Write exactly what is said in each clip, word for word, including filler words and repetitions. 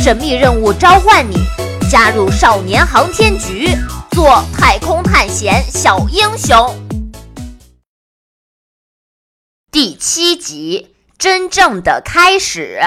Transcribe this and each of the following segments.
神秘任务召唤你，加入少年航天局，做太空探险小英雄。第七集，真正的开始。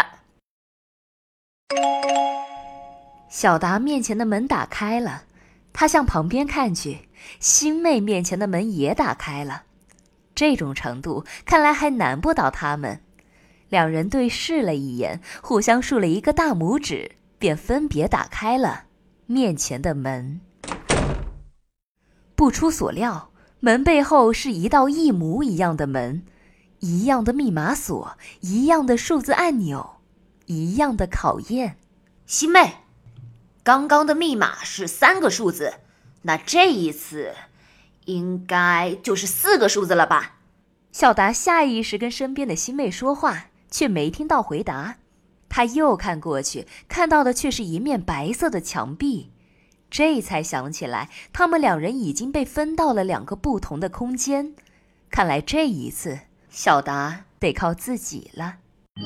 小达面前的门打开了，他向旁边看去，星妹面前的门也打开了。这种程度看来还难不倒他们。两人对视了一眼，互相竖了一个大拇指，便分别打开了面前的门。不出所料，门背后是一道一模一样的门，一样的密码锁，一样的数字按钮，一样的考验。 星妹，刚刚的密码是三个数字，那这一次应该就是四个数字了吧？ 小达下意识跟身边的星妹说话，却没听到回答。他又看过去，看到的却是一面白色的墙壁，这才想起来他们两人已经被分到了两个不同的空间。看来这一次小达得靠自己了。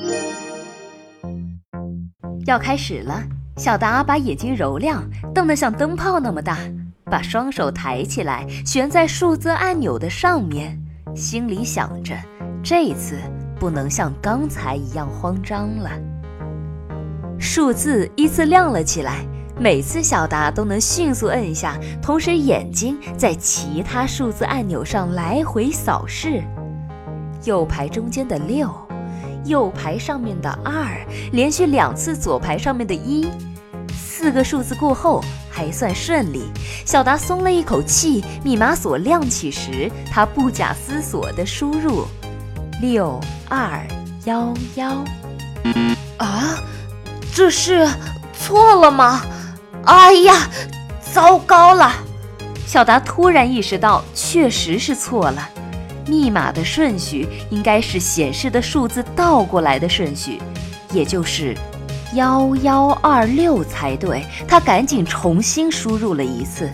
要开始了，小达把眼睛揉亮，瞪得像灯泡那么大，把双手抬起来悬在数字按钮的上面，心里想着这次不能像刚才一样慌张了。数字依次亮了起来，每次小达都能迅速摁下，同时眼睛在其他数字按钮上来回扫视。右排中间的六，右排上面的二，连续两次左排上面的一，四个数字过后还算顺利。小达松了一口气，密码锁亮起时，他不假思索地输入六二幺幺。 啊，这是错了吗？哎呀，糟糕了！ 小达突然意识到确实是错了，密码的顺序应该是显示的数字倒过来的顺序，也就是幺幺二六才对。他赶紧重新输入了一次。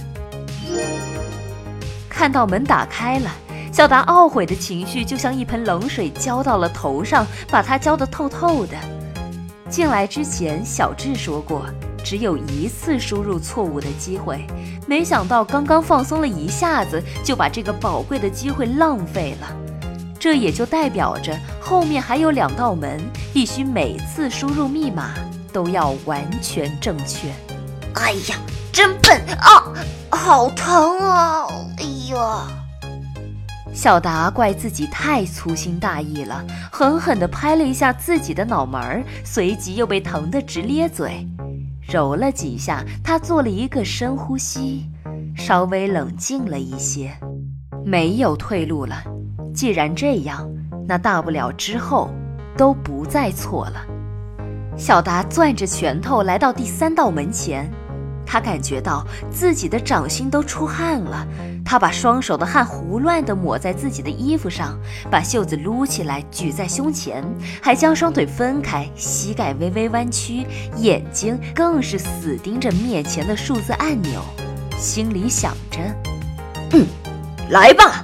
看到门打开了，小达懊悔的情绪就像一盆冷水浇到了头上，把他浇得透透的。进来之前小智说过只有一次输入错误的机会，没想到刚刚放松了一下子，就把这个宝贵的机会浪费了。这也就代表着后面还有两道门，必须每次输入密码都要完全正确。 哎呀，真笨啊！好疼啊！哎呀！ 小达怪自己太粗心大意了，狠狠地拍了一下自己的脑门儿，随即又被疼得直咧嘴。揉了几下，他做了一个深呼吸，稍微冷静了一些。没有退路了，既然这样，那大不了之后都不再错了。小达攥着拳头来到第三道门前，他感觉到自己的掌心都出汗了。他把双手的汗胡乱地抹在自己的衣服上，把袖子撸起来举在胸前，还将双腿分开，膝盖微微弯曲，眼睛更是死盯着面前的数字按钮，心里想着： 嗯，来吧。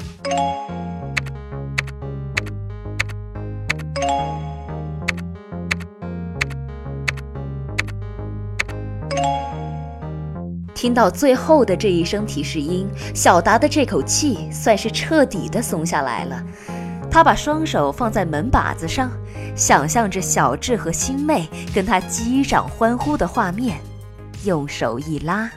听到最后的这一声提示音，小达的这口气算是彻底的松下来了。他把双手放在门把子上，想象着小智和星妹跟他击掌欢呼的画面，用手一拉。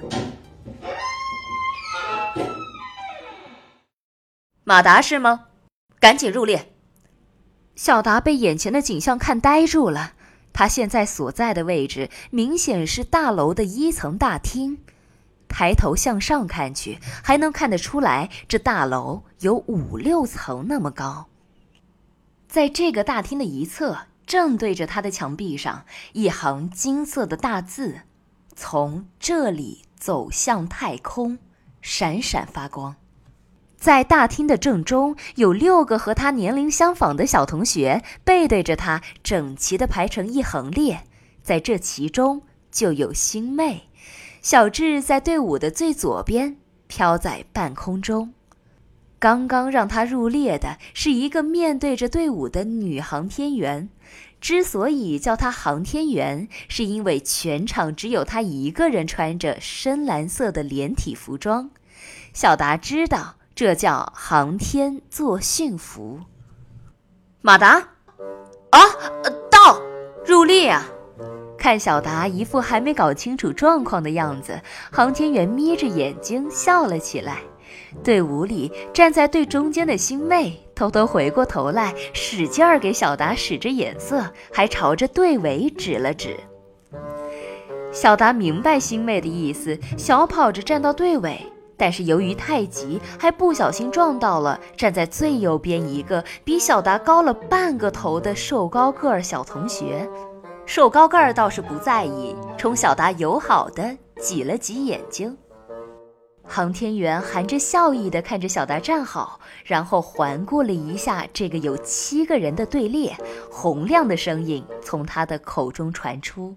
马达是吗？赶紧入列。 小达被眼前的景象看呆住了，他现在所在的位置明显是大楼的一层大厅。抬头向上看去，还能看得出来这大楼有五六层那么高。在这个大厅的一侧，正对着他的墙壁上，一行金色的大字：从这里走向太空，闪闪发光。在大厅的正中，有六个和他年龄相仿的小同学背对着他，整齐地排成一横列。在这其中就有星妹。小智在队伍的最左边，飘在半空中。 刚刚让他入列的是一个面对着队伍的女航天员。之所以叫她航天员，是因为全场只有她一个人穿着深蓝色的连体服装。小达知道这叫航天作训服。 马达，啊，到，入列啊！ 看小达一副还没搞清楚状况的样子，航天员眯着眼睛笑了起来。队伍里站在队中间的星妹偷偷回过头来，使劲儿给小达使着眼色，还朝着队尾指了指。小达明白星妹的意思，小跑着站到队尾，但是由于太急，还不小心撞到了站在最右边一个比小达高了半个头的瘦高个儿小同学。瘦高个儿倒是不在意，冲小达友好的挤了挤眼睛。航天员含着笑意地看着小达站好，然后环顾了一下这个有七个人的队列，洪亮的声音从他的口中传出：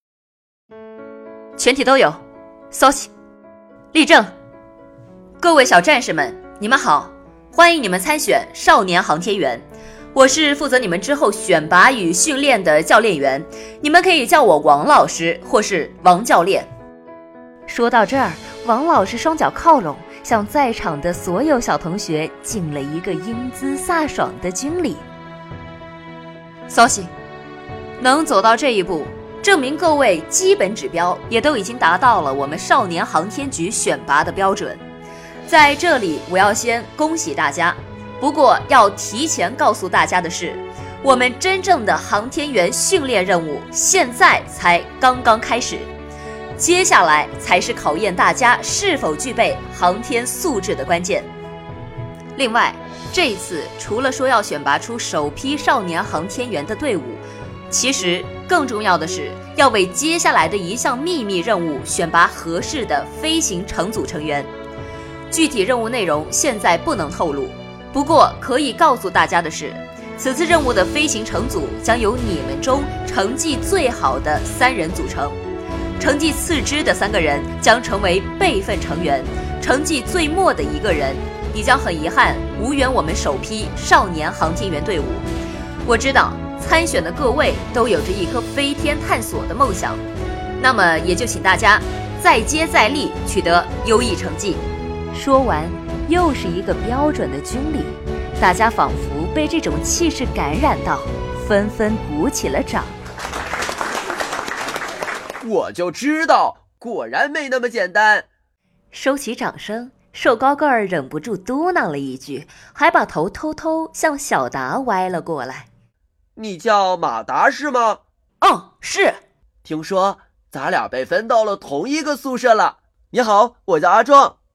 全体都有，稍息，立正。各位小战士们，你们好，欢迎你们参选少年航天员。我是负责你们之后选拔与训练的教练员，你们可以叫我王老师或是王教练。 说到这儿，王老师双脚靠拢，向在场的所有小同学敬了一个英姿飒爽的军礼。 稍息，能走到这一步，证明各位基本指标也都已经达到了我们少年航天局选拔的标准。在这里，我要先恭喜大家。不过要提前告诉大家的是，我们真正的航天员训练任务现在才刚刚开始。接下来才是考验大家是否具备航天素质的关键。另外，这一次除了说要选拔出首批少年航天员的队伍，其实更重要的是要为接下来的一项秘密任务选拔合适的飞行乘组成员。具体任务内容现在不能透露，不过可以告诉大家的是，此次任务的飞行乘组将由你们中成绩最好的三人组成。成绩次之的三个人将成为备份成员，成绩最末的一个人，你将很遗憾无缘我们首批少年航天员队伍。我知道参选的各位都有着一颗飞天探索的梦想，那么也就请大家再接再厉，取得优异成绩。 说完，又是一个标准的军礼，大家仿佛被这种气势感染到，纷纷鼓起了掌。 我就知道，果然没那么简单。 收起掌声，瘦高个儿忍不住嘟囔了一句，还把头偷偷向小达歪了过来。 你叫马达是吗？ 嗯，是。 听说咱俩被分到了同一个宿舍了。你好，我叫阿壮。